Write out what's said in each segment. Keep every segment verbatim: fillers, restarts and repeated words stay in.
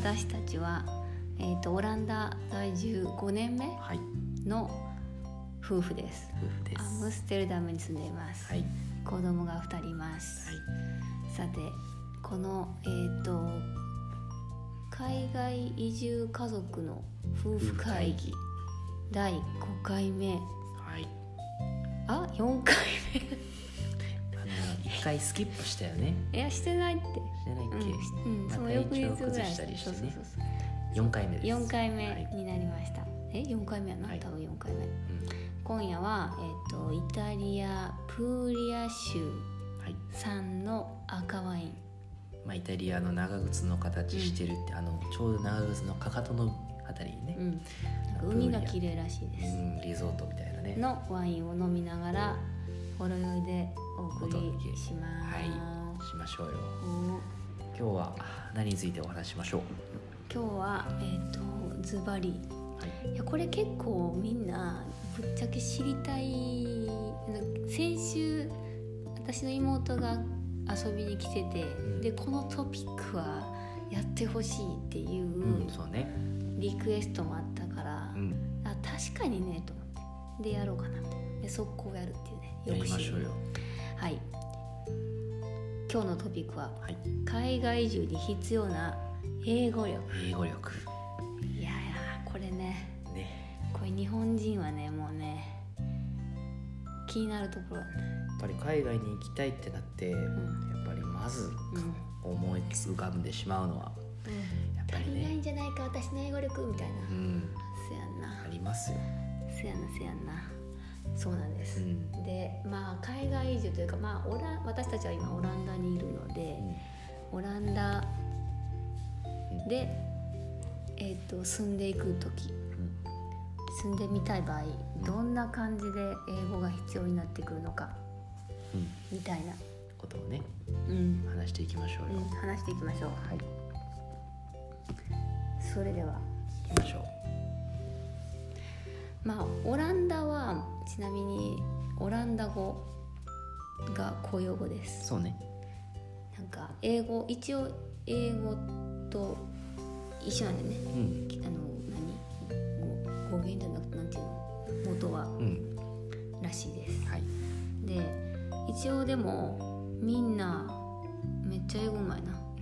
私たちは、えー、とオランダ在住ごねんめの夫婦です、 はい、夫婦です。 アムステルダムに住んでいます、 はい、 子供がふたりいます、 はい、 さてこの、えー、と海外移住家族の夫婦会議だいごかいめ、 はい、 あよんかいめあのいっかいスキップしたよね。 いやしてないってしてないっけ、 うんうん、 まあ、 その翌日ぐらい体調崩したりしてね。 そうそうそうそうよんかいめです。 よんかいめになりました、はい、えよんかいめやな、 はい、 多分よんかいめ、 うん、 今夜は、えー、とイタリアプーリア州産の赤ワイン、はい、 まあ、イタリアの長靴の形してるって、うん、あのちょうど長靴のかかとのあたりにね、うん、 なんか海が綺麗らしいです、 うん、リゾートみたいなねのワインを飲みながらほろ酔いでお送りします。 はい、しましょうよ。今日は何についてお話ししましょう。 今日はえっ、ー、とズバリ、はい、いやこれ結構みんなぶっちゃけ知りたい。先週私の妹が遊びに来てて、うん、でこのトピックはやってほしいっていう、 うん、そうね、 リクエストもあったから、うん、あ確かにねと思ってでやろうかなとで速攻やるっていうね。 やりましょうよ。 はい、今日のトピックは、はい、海外移住に必要な英語力。 英語力。 いやいやこれ ね, ねこれ日本人はねもうね気になるところだね。 やっぱり海外に行きたいってなって、うん、やっぱりまず思い浮かんでしまうのは、うん、やっぱりね足りないんじゃないか私の英語力みたいな、うん、せやんな。 ありますよ。 せやなせやんな。そうなんです、うん、でまあ海外移住というか、まあ、オラ私たちは今オランダにいるので、うん、オランダで、えー、と住んでいくとき、うん、住んでみたい場合、うん、どんな感じで英語が必要になってくるのか、うん、みたいなことをね、 うん、 話していきましょうよ、 うん、話していきましょう。はい、それでは行きましょう。 まあオランダはちなみにオランダ語が公用語です。 そうね。 なんか英語一応英語と一緒なんでね、うん、あの何語源じゃなくてなんていうの元は、うん、らしいです、はい、で一応でもみんなめっちゃ英語うまいな、 うん、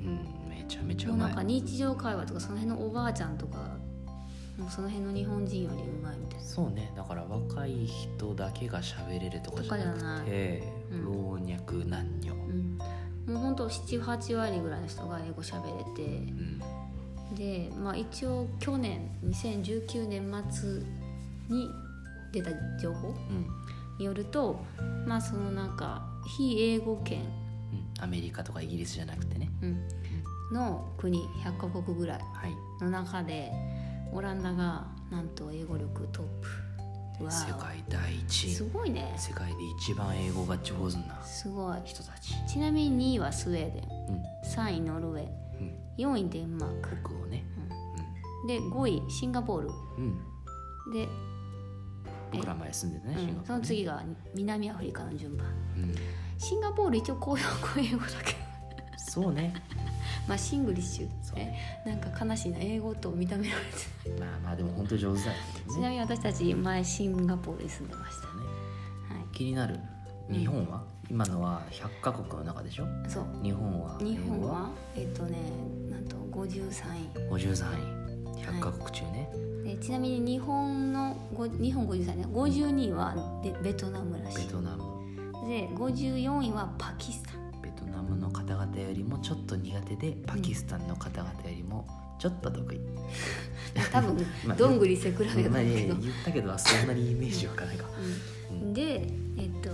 めちゃめちゃうまい。 もうなんか日常会話とかその辺のおばあちゃんとかもうその辺の日本人よりうまいみたいな。 そうね。だから若い人だけが喋れるとかじゃなくて、うん、老若男女、うん、 もうほんと ななはち 割ぐらいの人が英語喋れて、うん、で、まあ、一応去年にせんじゅうきゅうねん末に出た情報によると、うん、まあそのなんか非英語圏、 うん、アメリカとかイギリスじゃなくてね、うん、 の国ひゃっかこくぐらいの中で、はい、オランダがなんと英語力トップ。 世界第一。 すごいね。 世界で一番英語が上手なすごい人たち。 ちなみににいはスウェーデン、うん、さんいノルウェー、うん、よんいデンマーク、 北欧ね、 うん、でごいシンガポール、うん、で僕ら前住んでたね、シンガポールね。 その次が南アフリカの順番、うん、シンガポール一応公用語英語だけどそうねまあシングリッシュ、ね、なんか悲しいな、英語と認められてない。 まあまあでも本当上手だよね。 ちなみに私たち前シンガポールに住んでましたね、 はい、気になる日本は、うん、今のはひゃっかこくの中でしょ。そう。日本は日本はえっとねなんとごじゅうさんい。 ごじゅうさんいひゃっかこく中ね、 はい、でちなみに日本の日本ごじゅうさんいね、ごじゅうにいはでベトナムらしい。 ベトナムでごじゅうよんいはパキスタン。 ベトナムの方々よりもちょっと苦手で、パキスタンの方々よりもちょっと得意、うん、 多分どんぐり背比べだけど、まあ、言ったけどそんなにイメージ湧かないか、 うんうん、でえっと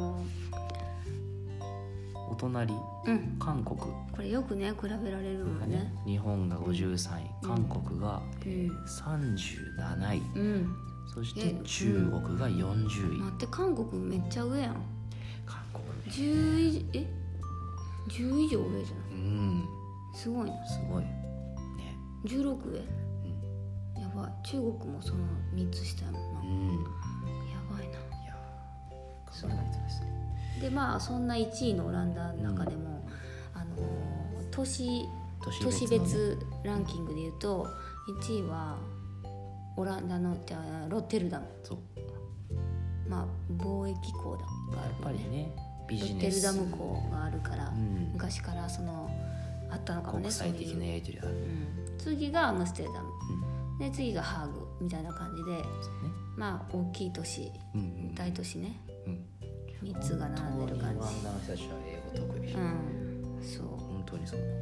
お隣、うん、韓国、これよくね比べられるもんね。 日本がごじゅうさんい、韓国が、うんえー、さんじゅうなない、うん、そして中国がよんじゅうい、うん、 待って韓国めっちゃ上やん。 韓国ねじゅういえじゅういじょう上じゃない、うん、すごいな。 すごいじゅうろく上、うん、やばい。中国もそのみっつ下やもんな、うん、やばいな。いや頑張らないとですね。 でまあそんないちいのオランダの中でも、うん、あの都市都市別のね、 都市別ランキングでいうといちいはオランダのじゃあロッテルダム、 そう、 まあ貿易港がある、ね、 やっぱりねビジネスロッテルダム港があるから、 うん、 昔からそのあったのかもね、 国際的なやり取りがある、 うん、次がアムステルダム、うん、で次がハーグみたいな感じで、ね、まあ大きい都市、うんうん、大都市ね、うん、みっつが並んでる感じ。 オランダの人たちは英語得意、 うん、そう本当にそう、うん、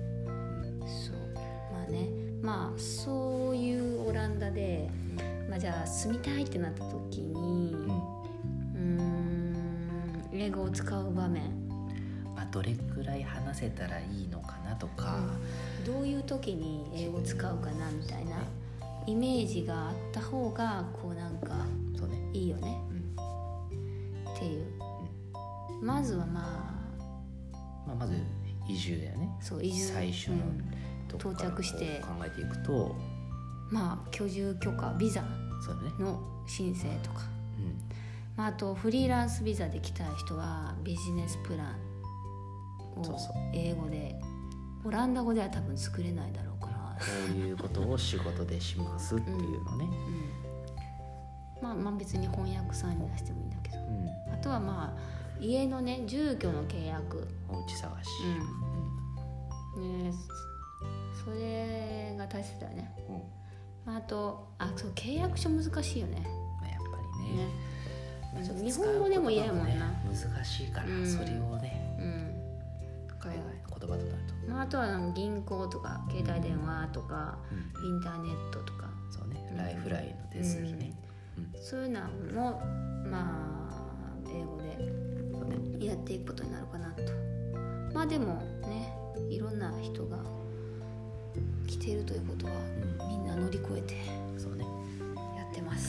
そうまあね、まあそういうオランダで、まあ、じゃあ住みたいってなった時に、うん、うーん英語を使う場面、 まあ、どれくらい話せたらいいのかなとか、 うん、どういう時に英語を使うかなみたいなイメージがあった方がこうなんかいいよね、うん、っていう、うん、まずはまあ、 まあ、まず移住だよね。 そう移住最初の、 うん、到着して考えていくと、 まあ居住許可ビザの申請とか、うん、まあ、あとフリーランスビザで来た人はビジネスプランを英語で、オランダ語では多分作れないだろうから、 こういうことを仕事でしますっていうのね、 うんうん、まあ、まあ別に翻訳さんに出してもいいんだけど、うん、あとはまあ家のね住居の契約、 お家探し、 うん、ね、それが大切だよね、うん、あとあそう契約書難しいよね、 まあ、やっぱりね、 ね、日本語でも嫌やもんな、 ね、難しいから、うん、それをね、うん、海外の言葉となると、 まあ、あとは銀行とか携帯電話とか、うん、インターネットとか、 そうね、ライフラインの手数料ね、 うんうん、そういうのもまあ英語でやっていくことになるかなと。まあでもね、いろんな人が来ているということは、うん、みんな乗り越えてそうねやってます。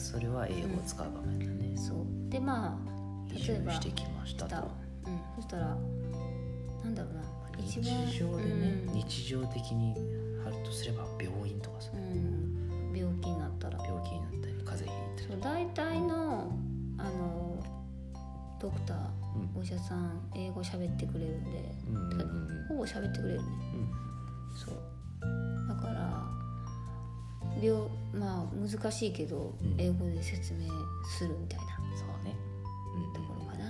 それは英語を使う場面だね、 うん、そうで、まあ例えばしてきましたと、 うん、そしたらなんだろうな、 日常でね、うん、日常的にあるとすれば病院とかさ、うん、 病気になったら病気になったり風邪ひいたり、 そう大体のあのドクター、うん、お医者さん英語喋ってくれるんで、うんうんうん、ほぼ喋ってくれるね、うん、そうだから病まあ難しいけど、うん、英語で説明するみたいな、 そうね、 うん、ところかな、うん、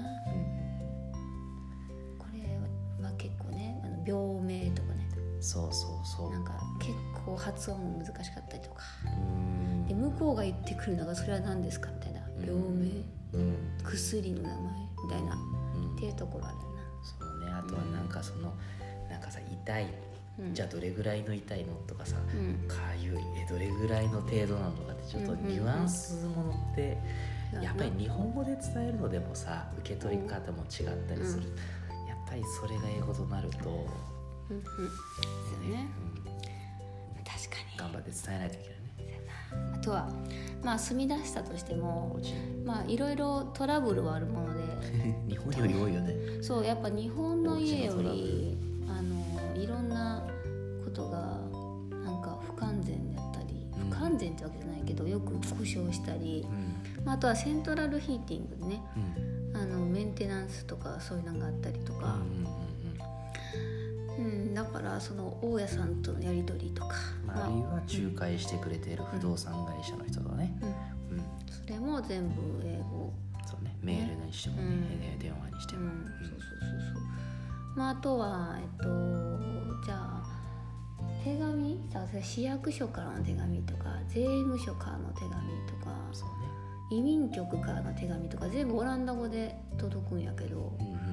これは結構ね、あの病名とかね、 そうそうそう、 なんか結構発音も難しかったりとか、うんで向こうが言ってくるのがそれは何ですかみたいな、病名、うん、薬の名前みたいな、うん、っていうところあるな。 そうね、あとはなんかその、うん、なんかさ痛い、うん、じゃあどれぐらいの痛いのとかさ、かゆいえどれぐらいの程度なのとかってちょっとニュアンスものって、うんうん、やっぱり日本語で伝えるのでもさ受け取り方も違ったりする、うん、やっぱりそれが英語となると、うんうんそうね、うん、確かに頑張って伝えないといけないね。 あとはまあ住み出したとしてもまあいろいろトラブルはあるもので日本より多いよね。 そうやっぱ日本の家よりあのいろんなことがなんか不完全だったり、うん、不完全ってわけじゃないけどよく故障したり、うんまあ、あとはセントラルヒーティングでね、うん、あのメンテナンスとかそういうのがあったりとか、うんうんうんうん、だからその大家さんとのやり取りとか、 まあ、あるいは仲介してくれている不動産会社の人とかね、うんうん、 それも全部英語、 そうね、メールにしてもね、うん、電話にしても、うん、 そうそうそうそう、まあ、あとはえっとじゃあ手紙さ、市役所からの手紙とか税務署からの手紙とか、 そうね、 移民局からの手紙とか全部オランダ語で届くんやけど、うんうんうんうん、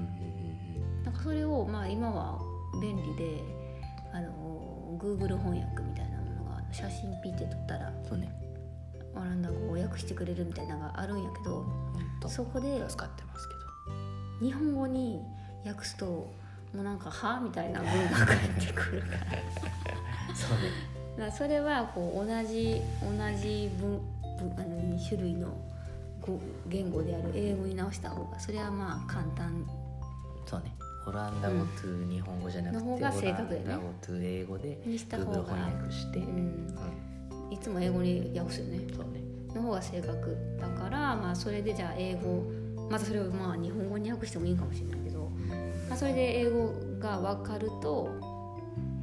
なんかそれをまあ今は便利であの Google 翻訳みたいなものが写真ピッて撮ったら、 そうね、 オランダ語を訳してくれるみたいなのがあるんやけど、 うん、 そこで使ってますけど日本語に訳すともうなんかはみたいな文が返ってくるからそうね、 だからそれはこう同じ同じ文あのに種類の言語である英語に直した方がそれはまあ簡単。 そうね、オランダ語と日本語じゃなくて、 うん、の方が正確だよね、 オランダ語と英語で Google 翻訳して、うんうん、いつも英語に訳すよね、 そうねの方が正確だから、まあ、それでじゃあ英語またそれをまあ日本語に訳してもいいかもしれないけど、まあ、それで英語が分かると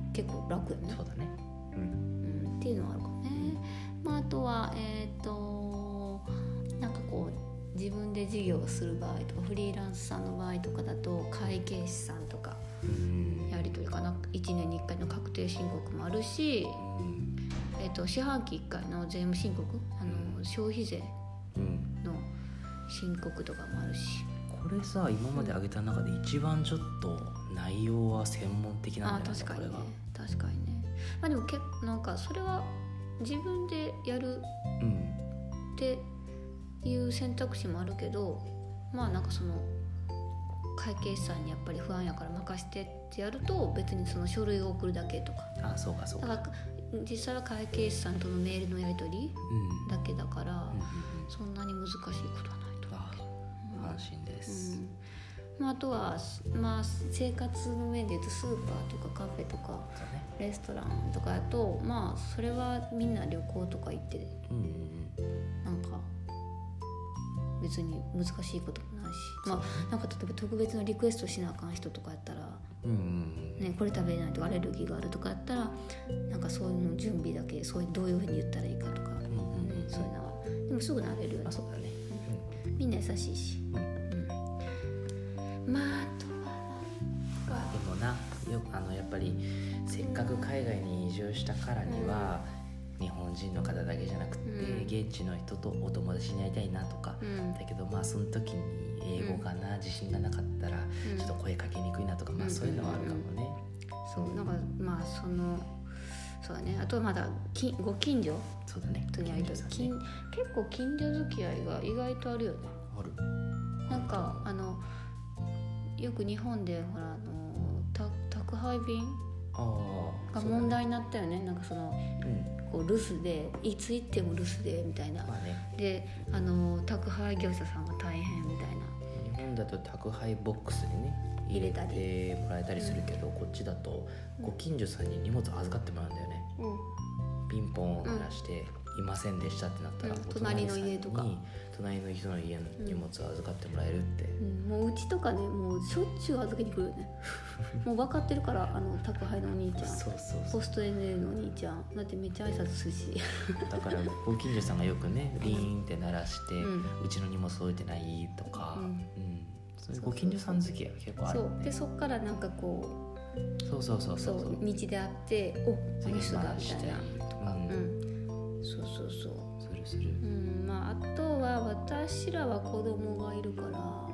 結構楽よね。 そうだね、うん、 うん、っていうのはあるかもね、うん、まあ、あとはえっ、ー、となんかこう自分で事業をする場合とかフリーランスさんの場合とかだと会計士さんとかやり取りかな、いちねんにいっかいの確定申告もあるし、うん、えー、と四半期いっかいの税務申告、あの消費税の申告とかもあるし、 これさ今まで挙げた中で一番ちょっと内容は専門的なんだよね。 あ、確かにね、 これが確かにね。まあでもけなんかそれは自分でやるっていう選択肢もあるけど、まあなんかその会計士さんにやっぱり不安やから任してってやると別にその書類を送るだけとか。 あ、そうかそうか。 だから実際は会計士さんとのメールのやり取りだけだから、うんうんうんうん、そんなに難しいことはないと思うけど。 あ、安心です。うん、 まあ、あとは、まあ、生活の面でいうとスーパーとかカフェとか、ね、レストランとかだと、まあそれはみんな旅行とか行って、うんうんうん、なんか別に難しいこともないし、まあなんか例えば特別なリクエストしなあかん人とかやったら、うんうんうんね、これ食べれないとかアレルギーがあるとかやったらなんかそういうの準備だけ、そういうどういうふうに言ったらいいかとか、うんうんうんね、そういうのはでもすぐ慣れるよね。 あ、そうだね、 うん、みんな優しいし、うん、まああとはでもな、よあのやっぱりせっかく海外に移住したからには、うん、日本人の方だけじゃなくて、うん、現地の人とお友達になりたいなとか、うん、だけどまあその時に英語がな、うん、自信がなかったらちょっと声かけにくいなとか、うん、まあそういうのはあるかもね、 うんうんうん、そう、なんかまあそのそうだね、あとはまだきご近所そうだねとにある、ね、結構近所付き合いが意外とあるよね。 ある。 なんかあのよく日本でほらあの宅配便が問題になったよね。なんかその、うん、こう留守でいつ行っても留守でみたいな、まあね、であの宅配業者さんが大変みたいな。 日本だと宅配ボックスにね入れてもらえたりするけど、うん、こっちだとご近所さんに荷物預かってもらうんだよね、うん、ピンポンを鳴らして、うん、いませんでしたってなったら、うん、 隣の家とか隣の人の家の荷物を預かってもらえるって、 うん、もううちとかねもうしょっちゅう預けに来るよねもう分かってるから、あの宅配のお兄ちゃん、そうそうそう、ポスト エヌエル のお兄ちゃんだってめっちゃ挨拶するしだからご近所さんがよくねリーンって鳴らして、うん、うちの荷物置いてないとか、うんうん、そういうご近所さん付き合い結構ある、ね、 そうでそっからなんかこうそうそうそうそうそう道で会っておあの人だみたいなとか、うんうん、そうそうそうするする、 うん、まあ、あとは私らは子供がいるから、うん、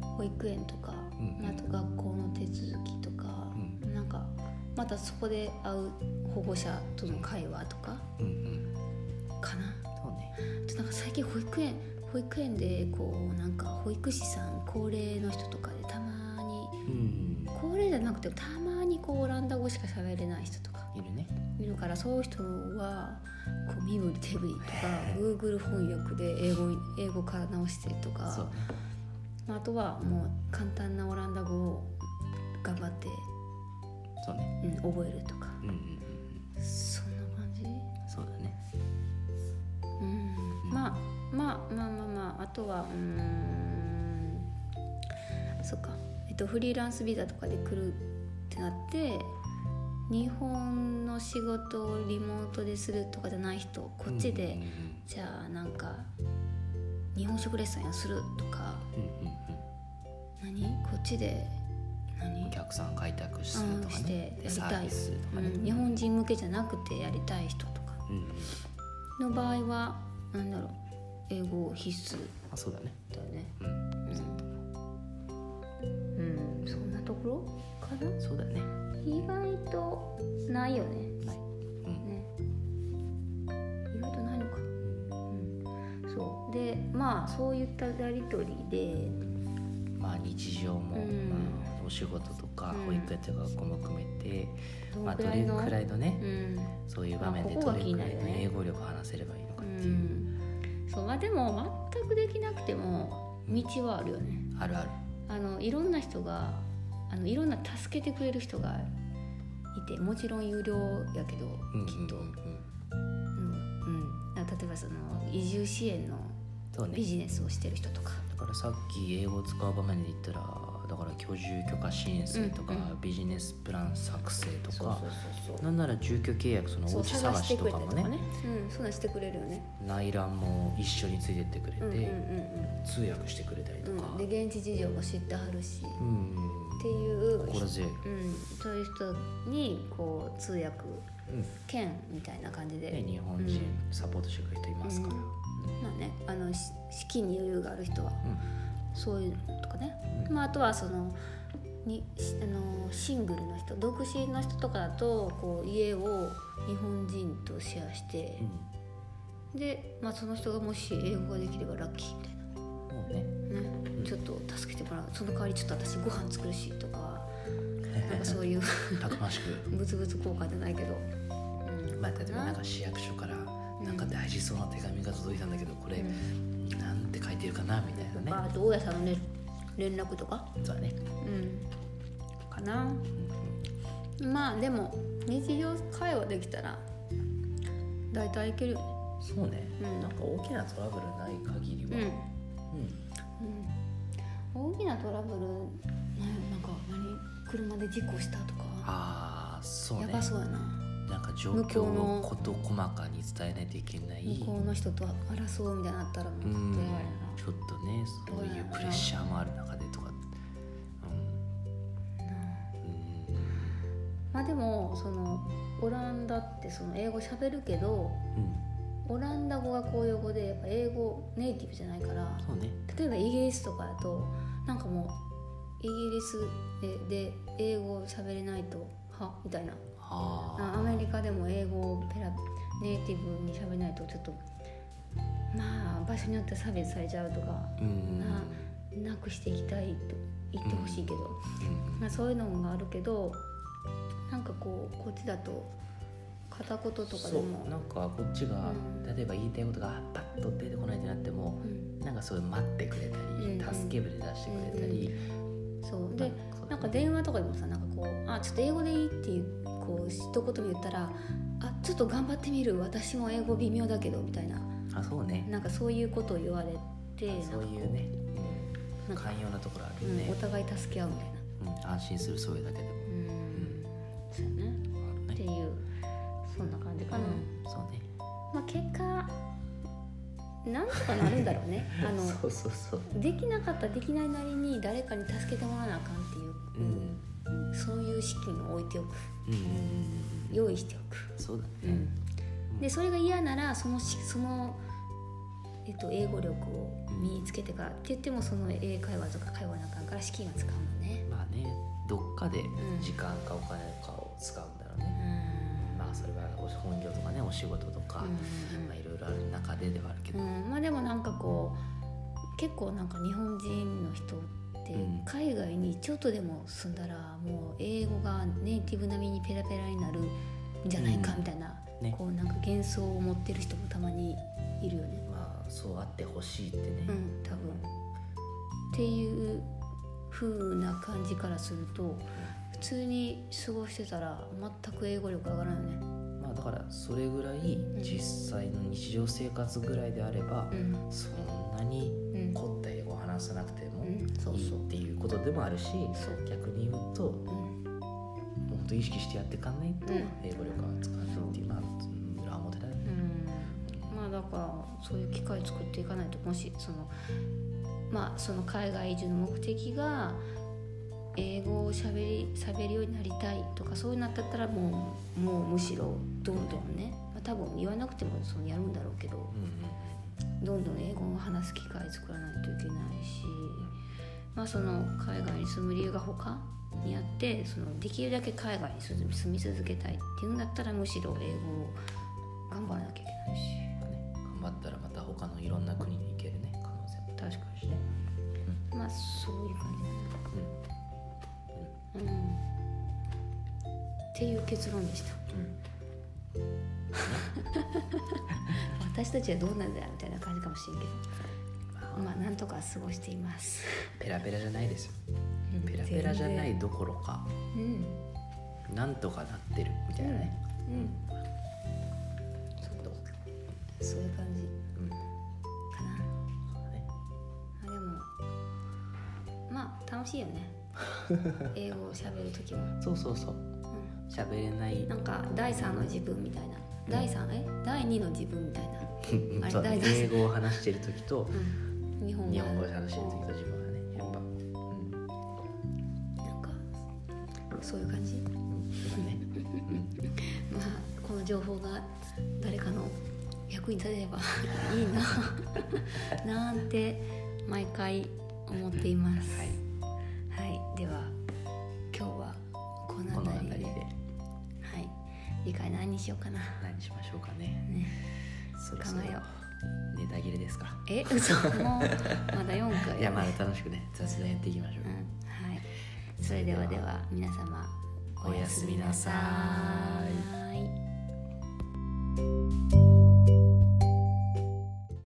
保育園とか、うん、あと学校の手続きとか、うん、なんかまたそこで会う保護者との会話とか、うんうん、かな。 そうね。 ちょっとなんか最近保育園保育園でこうなんか保育士さん高齢の人とかでたまに、うん、高齢じゃなくてたまにこうオランダ語しか喋れない人とかいるね。 いるから、そういう人はこう身振り手振りとかGoogle 翻訳で英語英語から直してとか、そうね、まあ、あとはもう簡単なオランダ語を頑張ってそうね、 うん、覚えるとか、うんうんうん、そんな感じ。 そうだね、 うん、うん、まあまあまあまあまあ、あとはうーんそっか、えっと、フリーランスビザとかで来るってなって日本の仕事をリモートでするとかじゃない人、こっちで、うんうんうん、じゃあなんか日本食レストランやするとか、うんうんうん、何こっちで何お客さん開拓するとかね、 してやりたい、うん、日本人向けじゃなくてやりたい人とかの場合はなんだろう、英語必須。 あ、そうだね。 だよね。うん、うん、そんなところかな。 そうだね。 意外とないよね。ない。うん、ね。意外とないのか。うん。そうで、まあそういったやり取りで、 まあ日常も、うん、まあお仕事とか保育園とか学校も含めて、うん、まあどれくらいのね、うん、そういう場面でどれくらいの英語力を話せればいいのかっていう。うん、 そう、まあ、でも全くできなくても道はあるよね。 あるある。 あのいろんな人があのいろんな助けてくれる人がいて、もちろん有料やけど、うん、きっと、うんうんうん、例えばその移住支援のビジネスをしてる人とか、 ね、 からさっき英語を使う場面で言ったら、だから居住許可申請とか、うんうん、ビジネスプラン作成とか、そうそうそうそう、なんなら住居契約、そのお家探しとかもね、 ね、うん、そんなんしてくれるよね。 内覧も一緒についてってくれて、うんうんうんうん、通訳してくれたりとか、 うん、で現地事情も知ってはるし、うん、っていう心強い、 うん、そういう人にこう通訳兼みたいな感じで、 ね、日本人サポートしてくれる人いますから、うん、 まあね、あの資金に余裕がある人は、うん、そういうのとかね、うん、まあ、あとはそのにあのシングルの人、独身の人とかだとこう家を日本人とシェアして、うん、で、まあ、その人がもし英語ができればラッキーみたいな、もうね、ね、うん、ちょっと助けてもらう、その代わりちょっと私ご飯作るしとか、なんかそういうたくましくブツブツ効果じゃないけど、 うん、まあ、例えばなんか市役所からなんか大事そうな手紙が届いたんだけど、これ、うん、なんて書いてるかなみたいなね、 あと大家さんの、ね、連絡とか、 そうだね、 うん、かな、うん、まあでも日常会話できたら大体いけるよね。 そうね、うん、なんか大きなトラブルない限りは、うんうんうん、大きなトラブル、なんか何車で事故したとか、 ああそうね、 やばそうやな、 なんか状況を事細かに伝えないといけない、 向こうの人と争うみたいになったらもうちょっとね、そういうプレッシャーもある中でとか、うんうん、まあでもそのオランダってその英語喋るけど、うん、オランダ語が公用語でやっぱ英語ネイティブじゃないから、 そうね、 例えばイギリスとかだとなんかもうイギリスで、で英語喋れないとはみたいな、あアメリカでも英語をペラネイティブに喋れないとちょっとまあ場所によって差別されちゃうとか、うん、な, なくしていきたいと言ってほしいけど、うんまあ、そういうのがあるけど、なんかこうこっちだと片言とかでもなんかこっちが、うん、例えば言いたいことがパッと出てこないってなっても、うん、なんかそういう待ってくれたり、うん、助け舟出してくれたり、 うんうん、そうでなんか電話とかでもさ、なんかこうあちょっと英語でいいっていうこう一言も言ったら、あちょっと頑張ってみる、私も英語微妙だけどみたいな、 あそうね、 なんかそういうことを言われて、 そういうね、うん、寛容なところあるよね、 うん、お互い助け合うみたいな、 うん、安心するそれだけでも、うん、 そうやね、ねっていうそんな感じかな、 うん、そうね、 まあ結果なんとかなるんだろうねあのそうそうそうできなかったできないなりに誰かに助けてもらわなあかんっていう、うん、そういう資金を置いておく、うん、用意しておく、 そうだね、 うん、でそれが嫌ならそのその、えっと、英語力を身につけてから、うん、って言ってもその英会話とか会話なあかんから資金は使うもんね。 まあね、どっかで時間かお金かを使うんだろうね、うん、まあそれは本業とかね、お仕事とか、うんまあ、いろいろある中でではあるけど、うん、 まあでもなんかこう結構なんか日本人の人って海外にちょっとでも住んだらもう英語がネイティブ並みにペラペラになるんじゃないかみたいな、うんね、こうなんか幻想を持ってる人もたまにいるよね。 まあそうあってほしいってね、 うん、多分っていう風な感じからすると普通に過ごしてたら全く英語力上がらないよね。 まあだからそれぐらい実際の日常生活ぐらいであれば、うん、そんなに凝った英語を話さなくてもいいっていうことでもあるし、うん、逆に言うと、うん、本当意識してやっていかないと英語力がつかないっていう、まあ裏表だよね、 うん、まあだからそういう機会を作っていかないと、もしそのまあその海外移住の目的が英語をしゃべりしゃべるようになりたいとかそういうなったったらもうもうむしろどんどんね、まあ、多分言わなくてもそのやるんだろうけど、うんうん、どんどん英語を話す機会作らないといけないし、まあその海外に住む理由が他にあってそのできるだけ海外に住み続けたいっていうんだったらむしろ英語を頑張らなきゃいけないし、 ね、頑張ったらまた他のいろんな国に行けるね可能性も確かにしね、うん、まあそういう感じだね、うんうん、っていう結論でした、うん、私たちはどうなんだよみたいな感じかもしれんけど、まあなんとか過ごしています。 ペラペラじゃないですよ、うん、ペラペラじゃないどころか、うん、なんとかなってるみたいなね、うん、うん、 そういう感じ、うん、かな。そうだね。あでも楽しいよね英語を喋る時もそうそうそう喋、うん、れないなんかだいさんの自分みたいな、うん、だいさんえだいにの自分みたいなあれ英語を話してる時と、 うん、日本語日本語で話してる時と自分はねやっぱ、 うん、なんかそういう感じ、うんねうん、まあこの情報が誰かの役に立てればいいななんて毎回思っています、はい、はい、では今日はこの辺りで、はい、次回何にしようかな何しましょうかね、 ねそろそろネタ切れですかえ嘘もうまだよんかいいやまだ楽しくね雑談やっていきましょう、うん、 はい、それではでは皆様おやすみなさい。